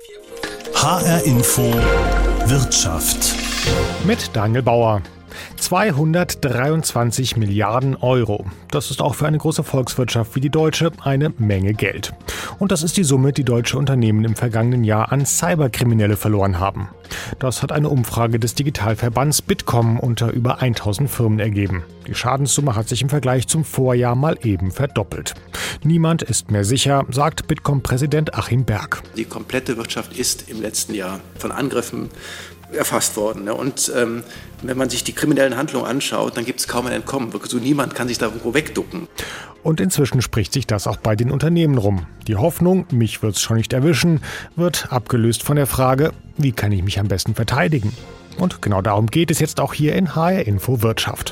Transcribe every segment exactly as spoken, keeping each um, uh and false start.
H R Info Wirtschaft mit Daniel Bauer. zweihundertdreiundzwanzig Milliarden Euro. Das ist auch für eine große Volkswirtschaft wie die deutsche eine Menge Geld. Und das ist die Summe, die deutsche Unternehmen im vergangenen Jahr an Cyberkriminelle verloren haben. Das hat eine Umfrage des Digitalverbands Bitkom unter über tausend Firmen ergeben. Die Schadenssumme hat sich im Vergleich zum Vorjahr mal eben verdoppelt. Niemand ist mehr sicher, sagt Bitkom-Präsident Achim Berg. Die komplette Wirtschaft ist im letzten Jahr von Angriffen erfasst worden. Und ähm, wenn man sich die kriminellen Handlungen anschaut, dann gibt es kaum ein Entkommen. So niemand kann sich da irgendwo wegducken. Und inzwischen spricht sich das auch bei den Unternehmen rum. Die Hoffnung, mich wird's schon nicht erwischen, wird abgelöst von der Frage, wie kann ich mich am besten verteidigen? Und genau darum geht es jetzt auch hier in H R Info Wirtschaft.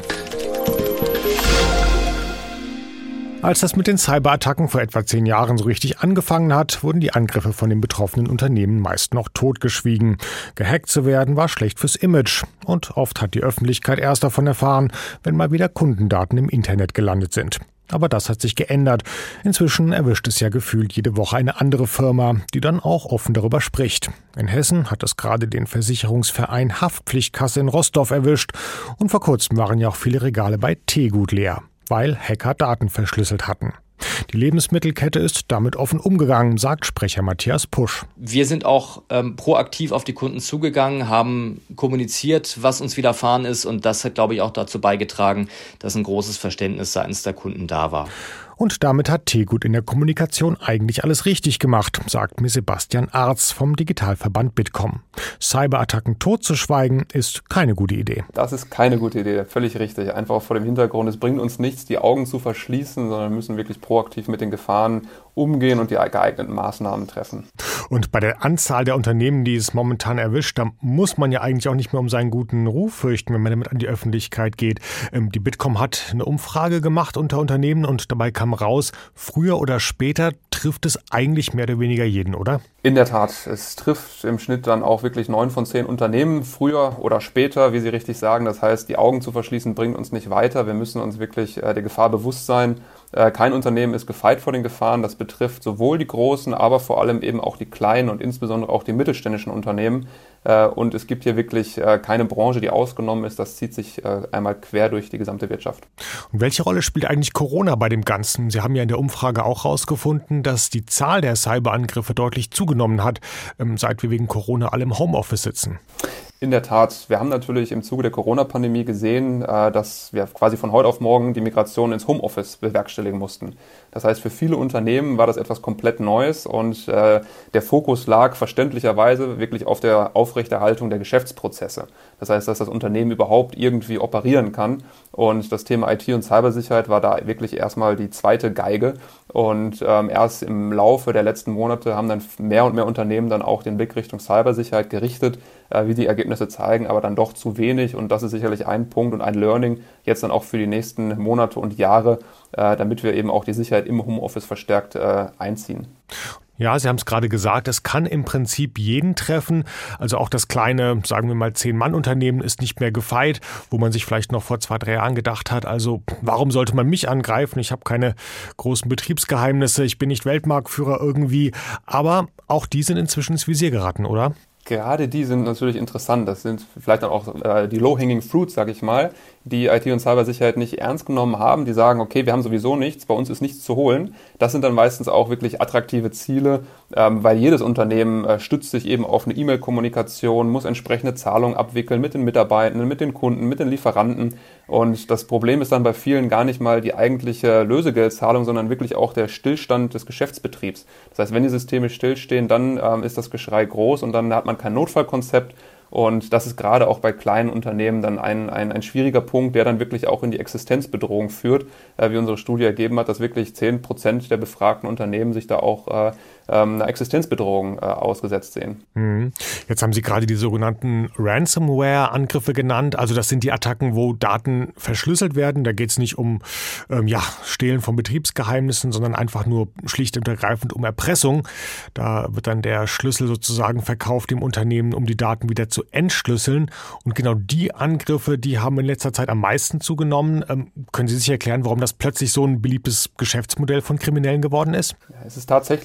Als das mit den Cyberattacken vor etwa zehn Jahren so richtig angefangen hat, wurden die Angriffe von den betroffenen Unternehmen meist noch totgeschwiegen. Gehackt zu werden war schlecht fürs Image. Und oft hat die Öffentlichkeit erst davon erfahren, wenn mal wieder Kundendaten im Internet gelandet sind. Aber das hat sich geändert. Inzwischen erwischt es ja gefühlt jede Woche eine andere Firma, die dann auch offen darüber spricht. In Hessen hat es gerade den Versicherungsverein Haftpflichtkasse in Rostow erwischt. Und vor kurzem waren ja auch viele Regale bei Teegut leer, weil Hacker Daten verschlüsselt hatten. Die Lebensmittelkette ist damit offen umgegangen, sagt Sprecher Matthias Pusch. Wir sind auch ähm, proaktiv auf die Kunden zugegangen, haben kommuniziert, was uns widerfahren ist. Und das hat, glaube ich, auch dazu beigetragen, dass ein großes Verständnis seitens der Kunden da war. Und damit hat Teegut in der Kommunikation eigentlich alles richtig gemacht, sagt mir Sebastian Arz vom Digitalverband Bitkom. Cyberattacken totzuschweigen ist keine gute Idee. Das ist keine gute Idee, völlig richtig. Einfach vor dem Hintergrund, es bringt uns nichts, die Augen zu verschließen, sondern wir müssen wirklich proaktiv mit den Gefahren umgehen und die geeigneten Maßnahmen treffen. Und bei der Anzahl der Unternehmen, die es momentan erwischt, da muss man ja eigentlich auch nicht mehr um seinen guten Ruf fürchten, wenn man damit an die Öffentlichkeit geht. Die Bitkom hat eine Umfrage gemacht unter Unternehmen und dabei kam raus, früher oder später trifft es eigentlich mehr oder weniger jeden, oder? In der Tat, es trifft im Schnitt dann auch wirklich neun von zehn Unternehmen, früher oder später, wie Sie richtig sagen. Das heißt, die Augen zu verschließen bringt uns nicht weiter. Wir müssen uns wirklich der Gefahr bewusst sein. Kein Unternehmen ist gefeit vor den Gefahren. Das betrifft sowohl die großen, aber vor allem eben auch die kleinen und insbesondere auch die mittelständischen Unternehmen. Und es gibt hier wirklich keine Branche, die ausgenommen ist. Das zieht sich einmal quer durch die gesamte Wirtschaft. Und welche Rolle spielt eigentlich Corona bei dem Ganzen? Sie haben ja in der Umfrage auch herausgefunden, dass die Zahl der Cyberangriffe deutlich zugenommen hat, seit wir wegen Corona alle im Homeoffice sitzen. In der Tat, wir haben natürlich im Zuge der Corona-Pandemie gesehen, dass wir quasi von heute auf morgen die Migration ins Homeoffice bewerkstelligen mussten. Das heißt, für viele Unternehmen war das etwas komplett Neues und der Fokus lag verständlicherweise wirklich auf der Aufrechterhaltung der Geschäftsprozesse. Das heißt, dass das Unternehmen überhaupt irgendwie operieren kann. Und das Thema I T und Cybersicherheit war da wirklich erstmal die zweite Geige. Und ähm, erst im Laufe der letzten Monate haben dann mehr und mehr Unternehmen dann auch den Blick Richtung Cybersicherheit gerichtet, äh, wie die Ergebnisse zeigen, aber dann doch zu wenig. Und das ist sicherlich ein Punkt und ein Learning jetzt dann auch für die nächsten Monate und Jahre, äh, damit wir eben auch die Sicherheit im Homeoffice verstärkt äh, einziehen. Ja, Sie haben es gerade gesagt, es kann im Prinzip jeden treffen. Also auch das kleine, sagen wir mal, Zehn-Mann-Unternehmen ist nicht mehr gefeit, wo man sich vielleicht noch vor zwei, drei Jahren gedacht hat, also warum sollte man mich angreifen? Ich habe keine großen Betriebsgeheimnisse, ich bin nicht Weltmarktführer irgendwie. Aber auch die sind inzwischen ins Visier geraten, oder? Gerade die sind natürlich interessant. Das sind vielleicht dann auch äh, die Low-Hanging Fruits, sag ich mal, die I T- und Cybersicherheit nicht ernst genommen haben. Die sagen, okay, wir haben sowieso nichts, bei uns ist nichts zu holen. Das sind dann meistens auch wirklich attraktive Ziele, ähm, weil jedes Unternehmen äh, stützt sich eben auf eine E-Mail-Kommunikation, muss entsprechende Zahlungen abwickeln mit den Mitarbeitenden, mit den Kunden, mit den Lieferanten. Und das Problem ist dann bei vielen gar nicht mal die eigentliche Lösegeldzahlung, sondern wirklich auch der Stillstand des Geschäftsbetriebs. Das heißt, wenn die Systeme stillstehen, dann ähm, ist das Geschrei groß und dann hat man kein Notfallkonzept. Und das ist gerade auch bei kleinen Unternehmen dann ein, ein, ein schwieriger Punkt, der dann wirklich auch in die Existenzbedrohung führt, äh, wie unsere Studie ergeben hat, dass wirklich zehn Prozent der befragten Unternehmen sich da auch äh, einer Existenzbedrohung äh, ausgesetzt sehen. Mhm. Jetzt haben Sie gerade die sogenannten Ransomware-Angriffe genannt. Also das sind die Attacken, wo Daten verschlüsselt werden. Da geht es nicht um ähm, ja, Stehlen von Betriebsgeheimnissen, sondern einfach nur schlicht und ergreifend um Erpressung. Da wird dann der Schlüssel sozusagen verkauft dem Unternehmen, um die Daten wieder zu entschlüsseln. Und genau die Angriffe, die haben in letzter Zeit am meisten zugenommen. Ähm, können Sie sich erklären, warum das plötzlich so ein beliebtes Geschäftsmodell von Kriminellen geworden ist? Ja, es ist tatsächlich der, der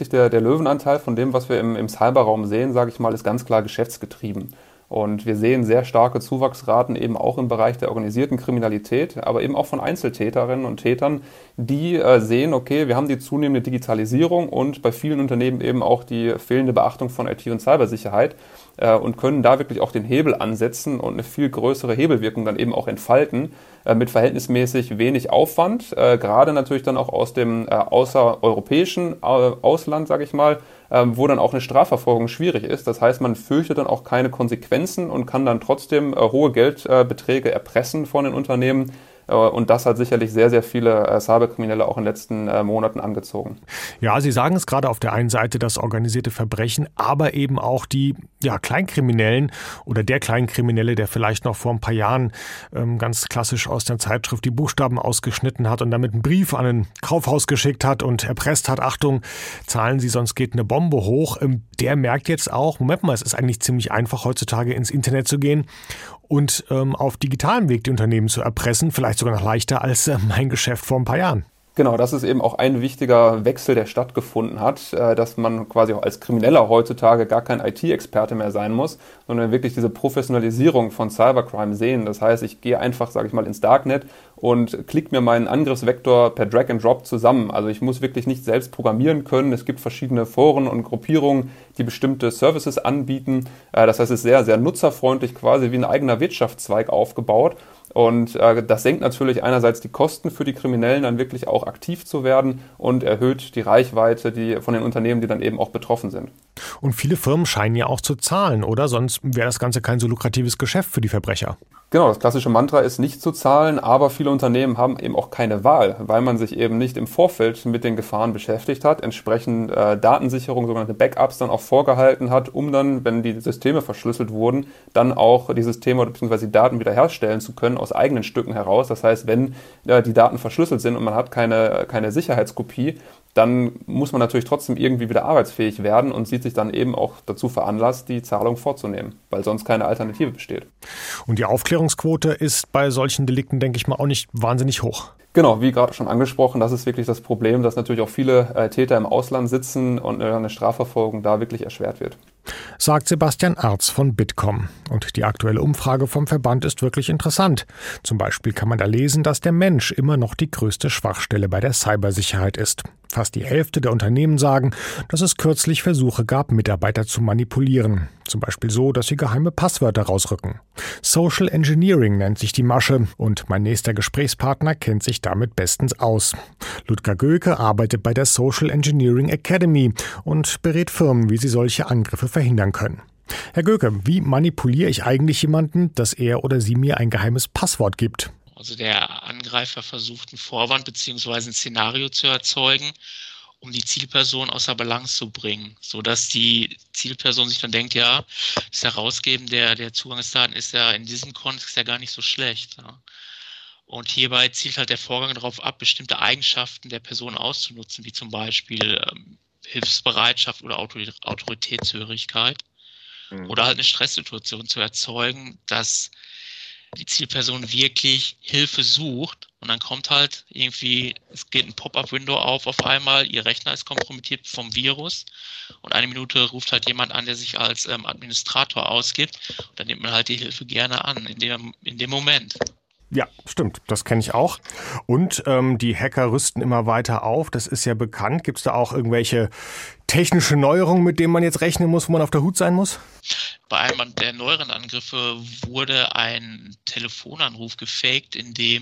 Löwenanteil von dem, was wir im, im Cyberraum sehen, sage ich mal, ist ganz klar geschäftsgetrieben. Und wir sehen sehr starke Zuwachsraten eben auch im Bereich der organisierten Kriminalität, aber eben auch von Einzeltäterinnen und Tätern, die äh, sehen, okay, wir haben die zunehmende Digitalisierung und bei vielen Unternehmen eben auch die fehlende Beachtung von I T- und Cybersicherheit äh, und können da wirklich auch den Hebel ansetzen und eine viel größere Hebelwirkung dann eben auch entfalten äh, mit verhältnismäßig wenig Aufwand, äh, gerade natürlich dann auch aus dem äh, außereuropäischen äh, Ausland, sage ich mal, Ähm, wo dann auch eine Strafverfolgung schwierig ist. Das heißt, man fürchtet dann auch keine Konsequenzen und kann dann trotzdem äh, hohe Geldbeträge äh, erpressen von den Unternehmen. Äh, und das hat sicherlich sehr, sehr viele äh, Cyberkriminelle auch in den letzten äh, Monaten angezogen. Ja, Sie sagen es gerade auf der einen Seite, das organisierte Verbrechen, aber eben auch die ja, Kleinkriminellen oder der Kleinkriminelle, der vielleicht noch vor ein paar Jahren ähm, ganz klassisch aus der Zeitschrift die Buchstaben ausgeschnitten hat und damit einen Brief an ein Kaufhaus geschickt hat und erpresst hat, Achtung, zahlen Sie, sonst geht eine Bombe hoch. Ähm, der merkt jetzt auch, Moment mal, es ist eigentlich ziemlich einfach heutzutage ins Internet zu gehen und ähm, auf digitalem Weg die Unternehmen zu erpressen, vielleicht sogar noch leichter als äh, mein Geschäft vor ein paar Jahren. Genau, das ist eben auch ein wichtiger Wechsel, der stattgefunden hat, dass man quasi auch als Krimineller heutzutage gar kein I T-Experte mehr sein muss, sondern wirklich diese Professionalisierung von Cybercrime sehen. Das heißt, ich gehe einfach, sage ich mal, ins Darknet und klicke mir meinen Angriffsvektor per Drag and Drop zusammen. Also ich muss wirklich nicht selbst programmieren können. Es gibt verschiedene Foren und Gruppierungen, die bestimmte Services anbieten. Das heißt, es ist sehr, sehr nutzerfreundlich, quasi wie ein eigener Wirtschaftszweig aufgebaut. Und äh, das senkt natürlich einerseits die Kosten für die Kriminellen, dann wirklich auch aktiv zu werden und erhöht die Reichweite die, von den Unternehmen, die dann eben auch betroffen sind. Und viele Firmen scheinen ja auch zu zahlen, oder? Sonst wäre das Ganze kein so lukratives Geschäft für die Verbrecher. Genau, das klassische Mantra ist nicht zu zahlen, aber viele Unternehmen haben eben auch keine Wahl, weil man sich eben nicht im Vorfeld mit den Gefahren beschäftigt hat, entsprechend äh, Datensicherung, sogenannte Backups dann auch vorgehalten hat, um dann, wenn die Systeme verschlüsselt wurden, dann auch die Systeme bzw. die Daten wiederherstellen zu können aus eigenen Stücken heraus. Das heißt, wenn äh, die Daten verschlüsselt sind und man hat keine, keine Sicherheitskopie, dann muss man natürlich trotzdem irgendwie wieder arbeitsfähig werden und sieht sich dann eben auch dazu veranlasst, die Zahlung vorzunehmen, weil sonst keine Alternative besteht. Und die Aufklärungsquote ist bei solchen Delikten, denke ich mal, auch nicht wahnsinnig hoch. Genau, wie gerade schon angesprochen, das ist wirklich das Problem, dass natürlich auch viele äh, Täter im Ausland sitzen und äh, eine Strafverfolgung da wirklich erschwert wird. Sagt Sebastian Arz von Bitkom. Und die aktuelle Umfrage vom Verband ist wirklich interessant. Zum Beispiel kann man da lesen, dass der Mensch immer noch die größte Schwachstelle bei der Cybersicherheit ist. Fast die Hälfte der Unternehmen sagen, dass es kürzlich Versuche gab, Mitarbeiter zu manipulieren. Zum Beispiel so, dass sie geheime Passwörter rausrücken. Social Engineering nennt sich die Masche und mein nächster Gesprächspartner kennt sich damit bestens aus. Ludger Göke arbeitet bei der Social Engineering Academy und berät Firmen, wie sie solche Angriffe verhindern können. Herr Göke, wie manipuliere ich eigentlich jemanden, dass er oder sie mir ein geheimes Passwort gibt? Also der Angreifer versucht, einen Vorwand bzw. ein Szenario zu erzeugen, um die Zielperson außer Balance zu bringen, sodass die Zielperson sich dann denkt, ja, das Herausgeben der, der Zugangsdaten ist ja in diesem Kontext ja gar nicht so schlecht. Ja. Und hierbei zielt halt der Vorgang darauf ab, bestimmte Eigenschaften der Person auszunutzen, wie zum Beispiel ähm, Hilfsbereitschaft oder Autoritätshörigkeit. Mhm. Oder halt eine Stresssituation zu erzeugen, dass die Zielperson wirklich Hilfe sucht und dann kommt halt irgendwie, es geht ein Pop-up-Window auf auf einmal, ihr Rechner ist kompromittiert vom Virus und eine Minute ruft halt jemand an, der sich als ähm, Administrator ausgibt und dann nimmt man halt die Hilfe gerne an in dem, in dem Moment. Ja, stimmt, das kenne ich auch. Und ähm, die Hacker rüsten immer weiter auf, das ist ja bekannt. Gibt es da auch irgendwelche technische Neuerungen, mit denen man jetzt rechnen muss, wo man auf der Hut sein muss? Bei einem der neueren Angriffe wurde ein Telefonanruf gefaked, in dem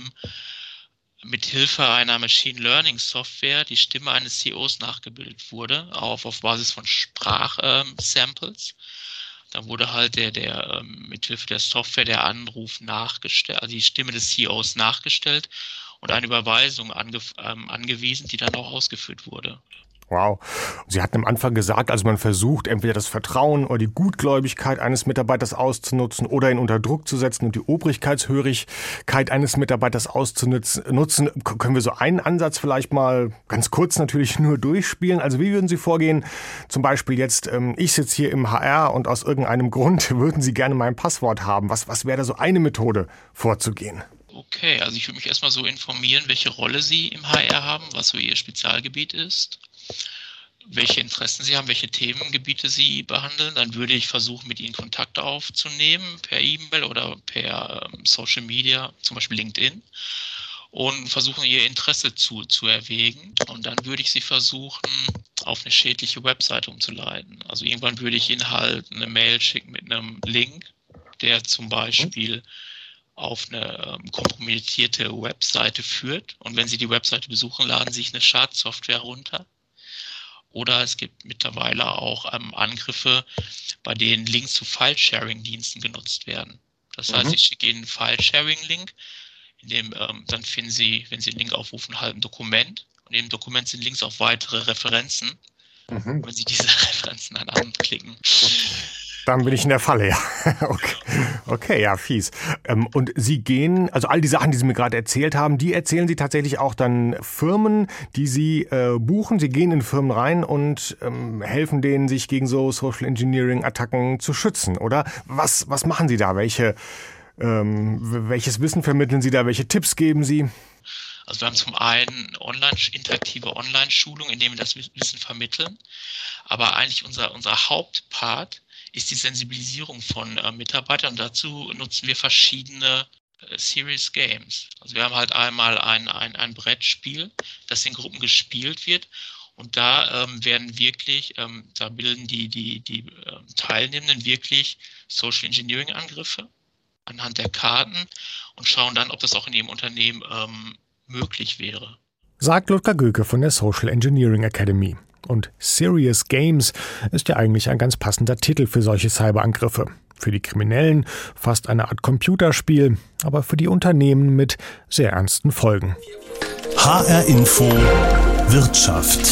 mit Hilfe einer Machine Learning Software die Stimme eines C E Os nachgebildet wurde, auf, auf Basis von Sprachsamples. Ähm, Da wurde halt der, der ähm, mithilfe der Software der Anruf nachgestellt, also die Stimme des C E Os nachgestellt und eine Überweisung ange, ähm, angewiesen, die dann auch ausgeführt wurde. Wow. Sie hatten am Anfang gesagt, also man versucht entweder das Vertrauen oder die Gutgläubigkeit eines Mitarbeiters auszunutzen oder ihn unter Druck zu setzen und die Obrigkeitshörigkeit eines Mitarbeiters auszunutzen. Können wir so einen Ansatz vielleicht mal ganz kurz natürlich nur durchspielen? Also wie würden Sie vorgehen? Zum Beispiel jetzt, ich sitze hier im H R und aus irgendeinem Grund würden Sie gerne mein Passwort haben. Was, was wäre da so eine Methode vorzugehen? Okay, also ich würde mich erstmal so informieren, welche Rolle Sie im H R haben, was so Ihr Spezialgebiet ist. welche Interessen sie haben, welche Themengebiete sie behandeln. Dann würde ich versuchen, mit ihnen Kontakt aufzunehmen, per E-Mail oder per ähm, Social Media, zum Beispiel LinkedIn, und versuchen, ihr Interesse zu, zu erwägen. Und dann würde ich sie versuchen, auf eine schädliche Webseite umzuleiten. Also irgendwann würde ich ihnen halt eine Mail schicken mit einem Link, der zum Beispiel auf eine ähm, kompromittierte Webseite führt. Und wenn sie die Webseite besuchen, laden sie sich eine Schadsoftware runter. Oder es gibt mittlerweile auch ähm, Angriffe, bei denen Links zu File-Sharing-Diensten genutzt werden. Das heißt, mhm. ich schicke Ihnen einen File-Sharing-Link, in dem ähm, dann finden Sie, wenn Sie den Link aufrufen, halt ein Dokument. Und in dem Dokument sind Links auf weitere Referenzen. Mhm. Wenn Sie diese Referenzen dann anklicken. Dann bin ich in der Falle, ja. Okay, okay, ja, fies. Und Sie gehen, also all die Sachen, die Sie mir gerade erzählt haben, die erzählen Sie tatsächlich auch dann Firmen, die Sie äh, buchen. Sie gehen in Firmen rein und ähm, helfen denen, sich gegen so Social Engineering-Attacken zu schützen, oder? Was, was machen Sie da? Welche, ähm, welches Wissen vermitteln Sie da? Welche Tipps geben Sie? Also wir haben zum einen online, interaktive Online-Schulung, in dem wir das Wissen vermitteln. Aber eigentlich unser, unser Hauptpart ist die Sensibilisierung von äh, Mitarbeitern. Und dazu nutzen wir verschiedene äh, Serious Games. Also wir haben halt einmal ein, ein, ein Brettspiel, das in Gruppen gespielt wird. Und da ähm, werden wirklich, ähm, da bilden die, die, die äh, Teilnehmenden wirklich Social Engineering Angriffe anhand der Karten und schauen dann, ob das auch in ihrem Unternehmen ähm, möglich wäre. Sagt Ludger Göke von der Social Engineering Academy. Und Serious Games ist ja eigentlich ein ganz passender Titel für solche Cyberangriffe. Für die Kriminellen fast eine Art Computerspiel, aber für die Unternehmen mit sehr ernsten Folgen. H R Info Wirtschaft.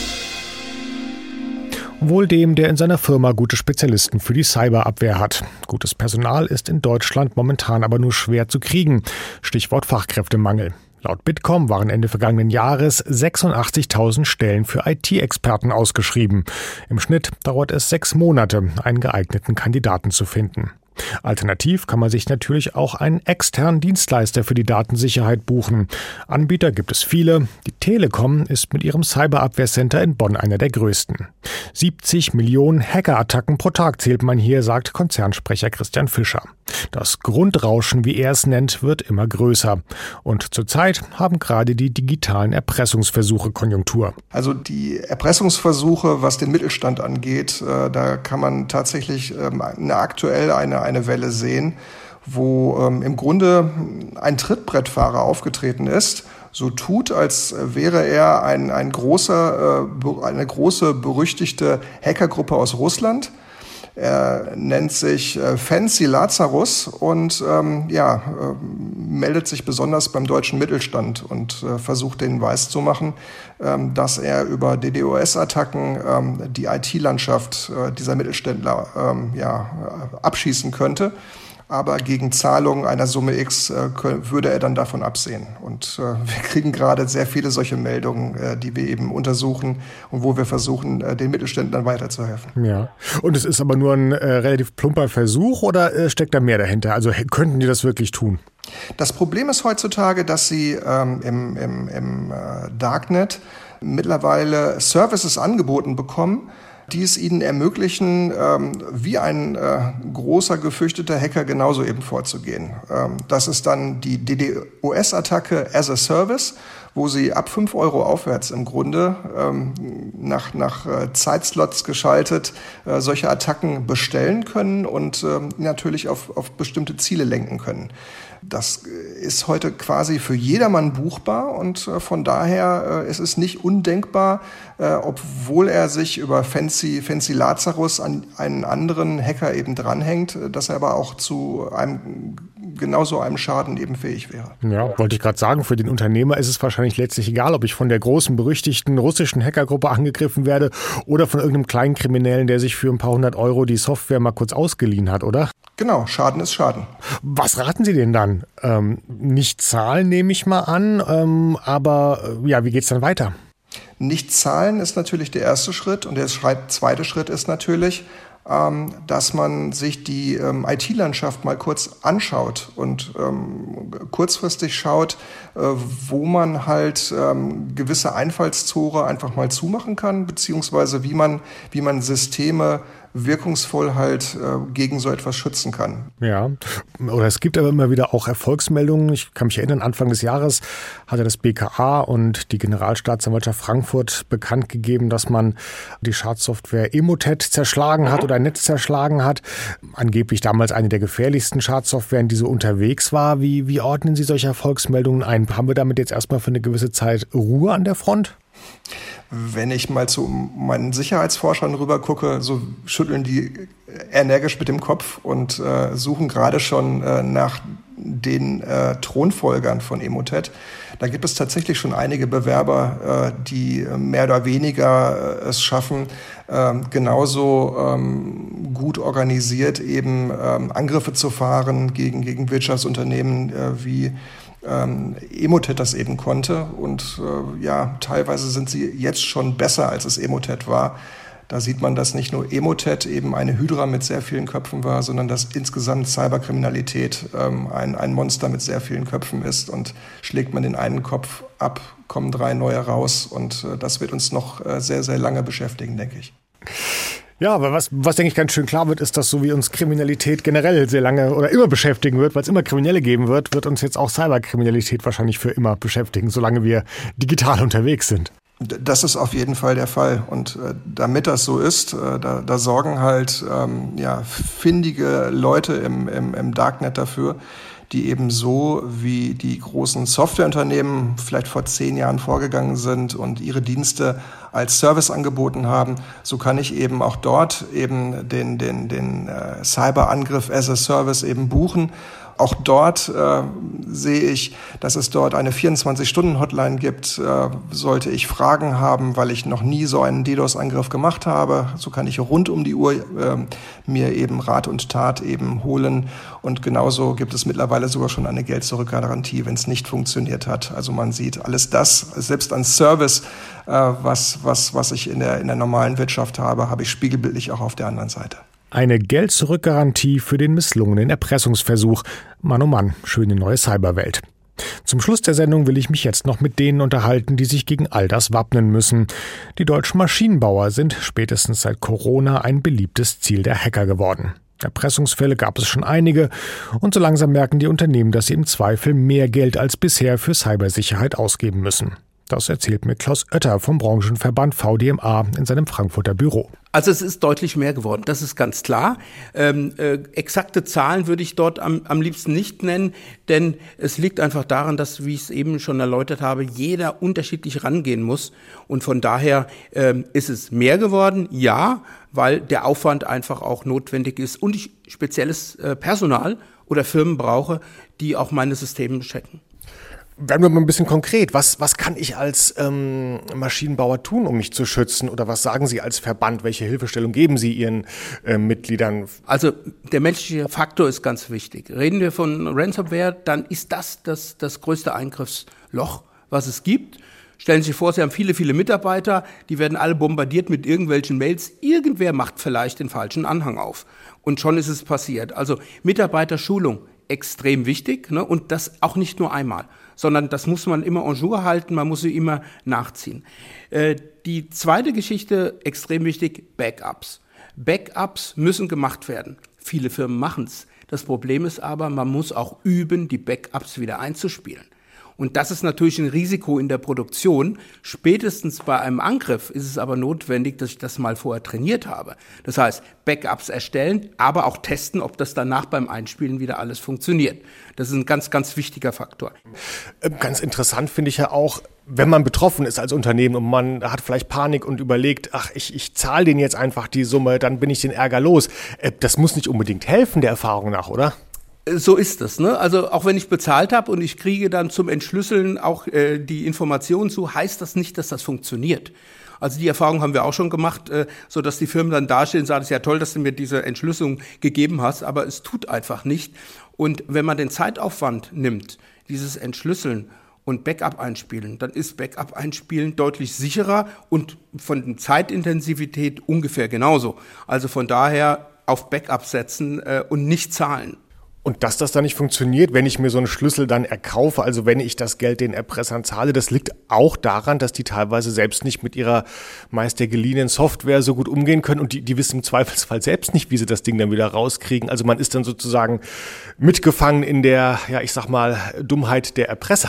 Wohl dem, der in seiner Firma gute Spezialisten für die Cyberabwehr hat. Gutes Personal ist in Deutschland momentan aber nur schwer zu kriegen. Stichwort Fachkräftemangel. Laut Bitkom waren Ende vergangenen Jahres sechsundachtzigtausend Stellen für I T-Experten ausgeschrieben. Im Schnitt dauert es sechs Monate, einen geeigneten Kandidaten zu finden. Alternativ kann man sich natürlich auch einen externen Dienstleister für die Datensicherheit buchen. Anbieter gibt es viele. Die Telekom ist mit ihrem Cyberabwehrcenter in Bonn einer der größten. siebzig Millionen Hackerattacken pro Tag zählt man hier, sagt Konzernsprecher Christian Fischer. Das Grundrauschen, wie er es nennt, wird immer größer. Und zurzeit haben gerade die digitalen Erpressungsversuche Konjunktur. Also die Erpressungsversuche, was den Mittelstand angeht, äh, da kann man tatsächlich ähm, eine aktuell eine, eine Welle sehen, wo ähm, im Grunde ein Trittbrettfahrer aufgetreten ist, so tut, als wäre er ein, ein großer, äh, eine große, berüchtigte Hackergruppe aus Russland. Er nennt sich äh, Fancy Lazarus und ähm, ja, äh, meldet sich besonders beim deutschen Mittelstand und äh, versucht denen weiszumachen, ähm, dass er über DDoS-Attacken ähm, die I T-Landschaft äh, dieser Mittelständler ähm, ja, abschießen könnte. Aber gegen Zahlung einer Summe X äh, würde er dann davon absehen. Und äh, wir kriegen gerade sehr viele solche Meldungen, äh, die wir eben untersuchen und wo wir versuchen, äh, den Mittelständlern weiterzuhelfen. Ja. Und es ist aber nur ein äh, relativ plumper Versuch oder äh, steckt da mehr dahinter? Also könnten die das wirklich tun? Das Problem ist heutzutage, dass sie ähm, im, im, im äh, Darknet mittlerweile Services angeboten bekommen, die es ihnen ermöglichen, ähm, wie ein äh, großer, gefürchteter Hacker genauso eben vorzugehen. Ähm, das ist dann die DDoS-Attacke as a Service, wo sie ab fünf Euro aufwärts im Grunde ähm, nach, nach äh, Zeitslots geschaltet äh, solche Attacken bestellen können und ähm, natürlich auf, auf bestimmte Ziele lenken können. Das ist heute quasi für jedermann buchbar und äh, von daher äh, ist es nicht undenkbar, äh, obwohl er sich über Fancy, Fancy Lazarus an einen anderen Hacker eben dranhängt, dass er aber auch zu einem genauso einem Schaden eben fähig wäre. Ja, wollte ich gerade sagen, für den Unternehmer ist es wahrscheinlich letztlich egal, ob ich von der großen, berüchtigten russischen Hackergruppe angegriffen werde oder von irgendeinem kleinen Kriminellen, der sich für ein paar hundert Euro die Software mal kurz ausgeliehen hat, oder? Genau, Schaden ist Schaden. Was raten Sie denn dann? Ähm, nicht zahlen, nehme ich mal an, ähm, aber ja, wie geht's dann weiter? Nicht zahlen ist natürlich der erste Schritt und der zweite Schritt ist natürlich, dass man sich die ähm, I T-Landschaft mal kurz anschaut und ähm, kurzfristig schaut, äh, wo man halt ähm, gewisse Einfallstore einfach mal zumachen kann, beziehungsweise wie man, wie man Systeme wirkungsvoll halt äh, gegen so etwas schützen kann. Ja, oder es gibt aber immer wieder auch Erfolgsmeldungen. Ich kann mich erinnern, Anfang des Jahres hatte das B K A und die Generalstaatsanwaltschaft Frankfurt bekannt gegeben, dass man die Schadsoftware Emotet zerschlagen hat oder ein Netz zerschlagen hat. Angeblich damals eine der gefährlichsten Schadsoftwaren, die so unterwegs war. Wie, wie ordnen Sie solche Erfolgsmeldungen ein? Haben wir damit jetzt erstmal für eine gewisse Zeit Ruhe an der Front? Wenn ich mal zu meinen Sicherheitsforschern rüber gucke, so schütteln die energisch mit dem Kopf und äh, suchen gerade schon äh, nach den äh, Thronfolgern von Emotet. Da gibt es tatsächlich schon einige Bewerber, äh, die mehr oder weniger äh, es schaffen, äh, genauso ähm, gut organisiert eben ähm, Angriffe zu fahren gegen, gegen Wirtschaftsunternehmen äh, wie Ähm, Emotet das eben konnte und äh, ja, teilweise sind sie jetzt schon besser, als es Emotet war. Da sieht man, dass nicht nur Emotet eben eine Hydra mit sehr vielen Köpfen war, sondern dass insgesamt Cyberkriminalität ähm, ein, ein Monster mit sehr vielen Köpfen ist und schlägt man den einen Kopf ab, kommen drei neue raus und äh, das wird uns noch äh, sehr, sehr lange beschäftigen, denke ich. Ja, aber was, was denke ich ganz schön klar wird, ist, dass so wie uns Kriminalität generell sehr lange oder immer beschäftigen wird, weil es immer Kriminelle geben wird, wird uns jetzt auch Cyberkriminalität wahrscheinlich für immer beschäftigen, solange wir digital unterwegs sind. Das ist auf jeden Fall der Fall. Und äh, damit das so ist, äh, da, da sorgen halt ähm, ja, findige Leute im, im, im Darknet dafür, die eben so wie die großen Softwareunternehmen vielleicht vor zehn Jahren vorgegangen sind und ihre Dienste als Service angeboten haben, so kann ich eben auch dort eben den, den, den äh, Cyberangriff as a Service eben buchen. Auch dort äh, sehe ich, dass es dort eine vierundzwanzig-Stunden-Hotline gibt. Äh, sollte ich Fragen haben, weil ich noch nie so einen DDoS-Angriff gemacht habe, so kann ich rund um die Uhr äh, mir eben Rat und Tat eben holen. Und genauso gibt es mittlerweile sogar schon eine Geld-Zurück-Garantie, wenn es nicht funktioniert hat. Also man sieht alles das, selbst an Service, äh, was, was, was ich in der, in der normalen Wirtschaft habe, habe ich spiegelbildlich auch auf der anderen Seite. Eine Geld-Zurück-Garantie für den misslungenen Erpressungsversuch. Mann, oh Mann, schöne neue Cyberwelt. Zum Schluss der Sendung will ich mich jetzt noch mit denen unterhalten, die sich gegen all das wappnen müssen. Die deutschen Maschinenbauer sind spätestens seit Corona ein beliebtes Ziel der Hacker geworden. Erpressungsfälle gab es schon einige und so langsam merken die Unternehmen, dass sie im Zweifel mehr Geld als bisher für Cybersicherheit ausgeben müssen. Das erzählt mir Klaus Oetter vom Branchenverband V D M A in seinem Frankfurter Büro. Also es ist deutlich mehr geworden, das ist ganz klar. Ähm, äh, exakte Zahlen würde ich dort am, am liebsten nicht nennen, denn es liegt einfach daran, dass, wie ich es eben schon erläutert habe, jeder unterschiedlich rangehen muss. Und von daher ähm, ist es mehr geworden, ja, weil der Aufwand einfach auch notwendig ist und ich spezielles äh, Personal oder Firmen brauche, die auch meine Systeme checken. Werden wir mal ein bisschen konkret. Was, was kann ich als ähm, Maschinenbauer tun, um mich zu schützen? Oder was sagen Sie als Verband? Welche Hilfestellung geben Sie Ihren äh, Mitgliedern? Also der menschliche Faktor ist ganz wichtig. Reden wir von Ransomware, dann ist das das, das größte Eingriffsloch, was es gibt. Stellen Sie sich vor, Sie haben viele, viele Mitarbeiter, die werden alle bombardiert mit irgendwelchen Mails. Irgendwer macht vielleicht den falschen Anhang auf. Und schon ist es passiert. Also Mitarbeiterschulung, extrem wichtig, ne? Und das auch nicht nur einmal, sondern das muss man immer en jour halten, man muss sie immer nachziehen. Äh, die zweite Geschichte, extrem wichtig, Backups. Backups müssen gemacht werden. Viele Firmen machen es. Das Problem ist aber, man muss auch üben, die Backups wieder einzuspielen. Und das ist natürlich ein Risiko in der Produktion. Spätestens bei einem Angriff ist es aber notwendig, dass ich das mal vorher trainiert habe. Das heißt, Backups erstellen, aber auch testen, ob das danach beim Einspielen wieder alles funktioniert. Das ist ein ganz, ganz wichtiger Faktor. Ganz interessant finde ich ja auch, wenn man betroffen ist als Unternehmen und man hat vielleicht Panik und überlegt, ach, ich, ich zahle denen jetzt einfach die Summe, dann bin ich den Ärger los. Das muss nicht unbedingt helfen, der Erfahrung nach, oder? So ist es, ne? Also auch wenn ich bezahlt habe und ich kriege dann zum Entschlüsseln auch äh, die Informationen zu, heißt das nicht, dass das funktioniert. Also die Erfahrung haben wir auch schon gemacht, äh, so dass die Firmen dann dastehen und sagen, es ist ja toll, dass du mir diese Entschlüsselung gegeben hast, aber es tut einfach nicht. Und wenn man den Zeitaufwand nimmt, dieses Entschlüsseln und Backup einspielen, dann ist Backup einspielen deutlich sicherer und von der Zeitintensivität ungefähr genauso. Also von daher auf Backup setzen äh, und nicht zahlen. Und dass das dann nicht funktioniert, wenn ich mir so einen Schlüssel dann erkaufe, also wenn ich das Geld den Erpressern zahle, das liegt auch daran, dass die teilweise selbst nicht mit ihrer meist der geliehenen Software so gut umgehen können und die, die wissen im Zweifelsfall selbst nicht, wie sie das Ding dann wieder rauskriegen. Also man ist dann sozusagen mitgefangen in der, ja ich sag mal, Dummheit der Erpresser.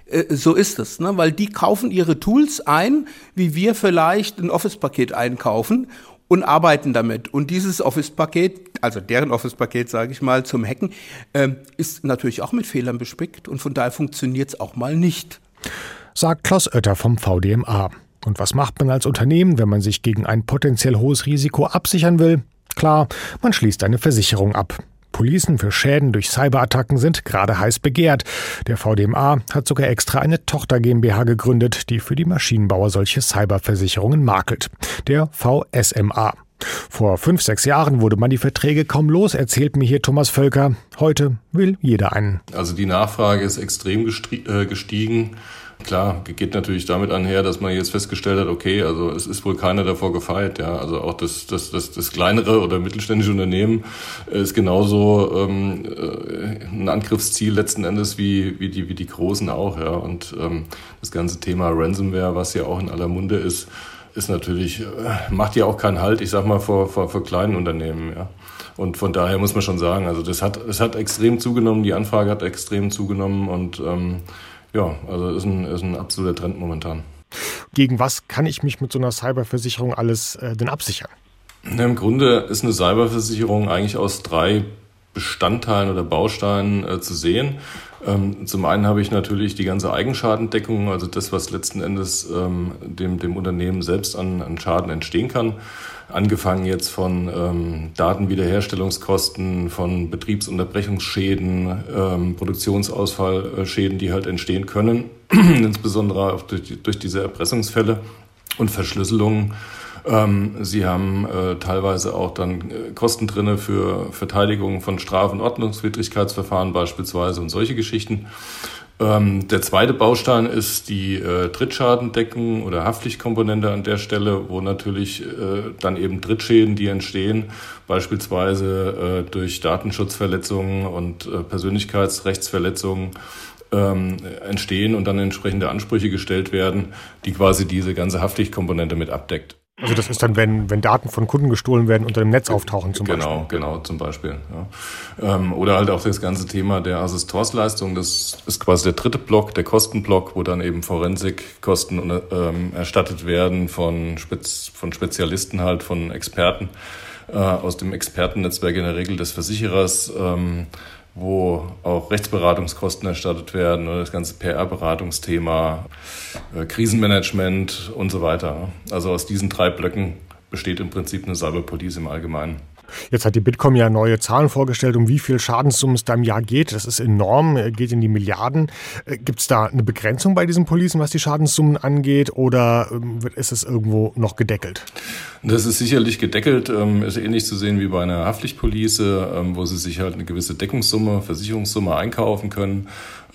So ist es, ne? Weil die kaufen ihre Tools ein, wie wir vielleicht ein Office-Paket einkaufen und arbeiten damit. Und dieses Office-Paket, also deren Office-Paket, sage ich mal, zum Hacken, äh, ist natürlich auch mit Fehlern bespickt und von daher funktioniert es auch mal nicht. Sagt Klaus Oetter vom V D M A. Und was macht man als Unternehmen, wenn man sich gegen ein potenziell hohes Risiko absichern will? Klar, man schließt eine Versicherung ab. Policen für Schäden durch Cyberattacken sind gerade heiß begehrt. Der V D M A hat sogar extra eine Tochter GmbH gegründet, die für die Maschinenbauer solche Cyberversicherungen makelt. Der V S M A. Vor fünf, sechs Jahren wurde man die Verträge kaum los, erzählt mir hier Thomas Völker. Heute will jeder einen. Also die Nachfrage ist extrem gestiegen. Klar, geht natürlich damit einher, dass man jetzt festgestellt hat, okay, also es ist wohl keiner davor gefeit, ja, also auch das das das das kleinere oder mittelständische Unternehmen ist genauso ähm, ein Angriffsziel letzten Endes wie wie die wie die großen auch, ja, und ähm, das ganze Thema Ransomware, was ja auch in aller Munde ist, ist natürlich äh, macht ja auch keinen Halt, ich sag mal vor vor vor kleinen Unternehmen, ja. Und von daher muss man schon sagen, also das hat es hat extrem zugenommen, die Anfrage hat extrem zugenommen und ähm, ja, also ist ein, ist ein absoluter Trend momentan. Gegen was kann ich mich mit so einer Cyberversicherung alles äh, denn absichern? Im Grunde ist eine Cyberversicherung eigentlich aus drei Bestandteilen oder Bausteinen äh, zu sehen. Ähm, zum einen habe ich natürlich die ganze Eigenschadendeckung, also das, was letzten Endes ähm, dem, dem Unternehmen selbst an, an Schaden entstehen kann. Angefangen jetzt von ähm, Datenwiederherstellungskosten, von Betriebsunterbrechungsschäden, ähm, Produktionsausfallschäden, die halt entstehen können, insbesondere auch durch, durch diese Erpressungsfälle und Verschlüsselungen. Ähm, Sie haben äh, teilweise auch dann äh, Kosten drinne für Verteidigung von Straf- und Ordnungswidrigkeitsverfahren beispielsweise und solche Geschichten. Ähm, der zweite Baustein ist die äh, Drittschadendeckung oder Haftpflichtkomponente an der Stelle, wo natürlich äh, dann eben Drittschäden, die entstehen, beispielsweise äh, durch Datenschutzverletzungen und äh, Persönlichkeitsrechtsverletzungen ähm, entstehen und dann entsprechende Ansprüche gestellt werden, die quasi diese ganze Haftpflichtkomponente mit abdeckt. Also das ist dann, wenn, wenn Daten von Kunden gestohlen werden, unter dem Netz auftauchen zum genau, Beispiel. Genau, genau, zum Beispiel. Ja. Ähm, oder halt auch das ganze Thema der Assistorsleistung. Das ist quasi der dritte Block, der Kostenblock, wo dann eben Forensikkosten ähm, erstattet werden von, Spez- von Spezialisten halt, von Experten äh, aus dem Expertennetzwerk in der Regel des Versicherers, ähm, wo auch Rechtsberatungskosten erstattet werden oder das ganze P R-Beratungsthema, äh, Krisenmanagement und so weiter. Also aus diesen drei Blöcken besteht im Prinzip eine Cyberpolice im Allgemeinen. Jetzt hat die Bitkom ja neue Zahlen vorgestellt, um wie viel Schadenssummen es da im Jahr geht. Das ist enorm, geht in die Milliarden. Gibt es da eine Begrenzung bei diesen Policen, was die Schadenssummen angeht, oder ist es irgendwo noch gedeckelt? Das ist sicherlich gedeckelt, ist ähnlich zu sehen wie bei einer Haftpflichtpolice, wo Sie sich halt eine gewisse Deckungssumme, Versicherungssumme einkaufen können.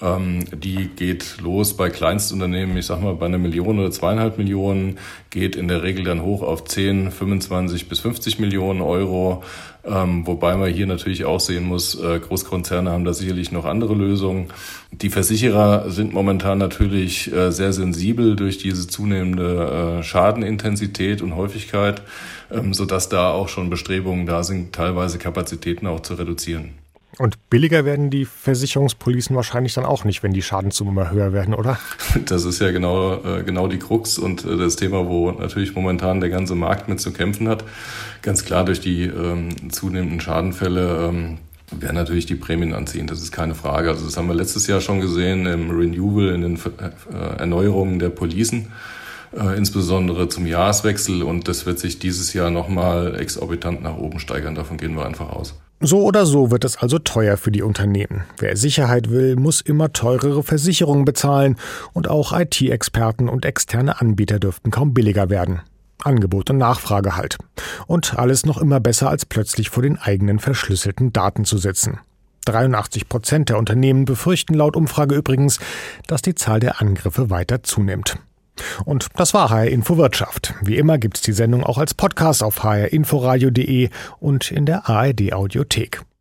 Die geht los bei Kleinstunternehmen, ich sag mal bei einer Million oder zweieinhalb Millionen, geht in der Regel dann hoch auf zehn, fünfundzwanzig bis fünfzig Millionen Euro. Ähm, wobei man hier natürlich auch sehen muss, äh, Großkonzerne haben da sicherlich noch andere Lösungen. Die Versicherer sind momentan natürlich äh, sehr sensibel durch diese zunehmende äh, Schadenintensität und Häufigkeit, ähm, sodass da auch schon Bestrebungen da sind, teilweise Kapazitäten auch zu reduzieren. Und billiger werden die Versicherungspolicen wahrscheinlich dann auch nicht, wenn die Schadenssummen immer höher werden, oder? Das ist ja genau, äh, genau die Krux und äh, das Thema, wo natürlich momentan der ganze Markt mit zu kämpfen hat. Ganz klar durch die ähm, zunehmenden Schadenfälle ähm, werden natürlich die Prämien anziehen, das ist keine Frage. Also das haben wir letztes Jahr schon gesehen im Renewal, in den äh, Erneuerungen der Policen, äh, insbesondere zum Jahreswechsel, und das wird sich dieses Jahr nochmal exorbitant nach oben steigern, davon gehen wir einfach aus. So oder so wird es also teuer für die Unternehmen. Wer Sicherheit will, muss immer teurere Versicherungen bezahlen, und auch I T-Experten und externe Anbieter dürften kaum billiger werden. Angebot und Nachfrage halt. Und alles noch immer besser, als plötzlich vor den eigenen verschlüsselten Daten zu sitzen. dreiundachtzig Prozent der Unternehmen befürchten laut Umfrage übrigens, dass die Zahl der Angriffe weiter zunimmt. Und das war H R Info Wirtschaft. Wie immer gibt's die Sendung auch als Podcast auf h r inforadio punkt de und in der A R D Audiothek.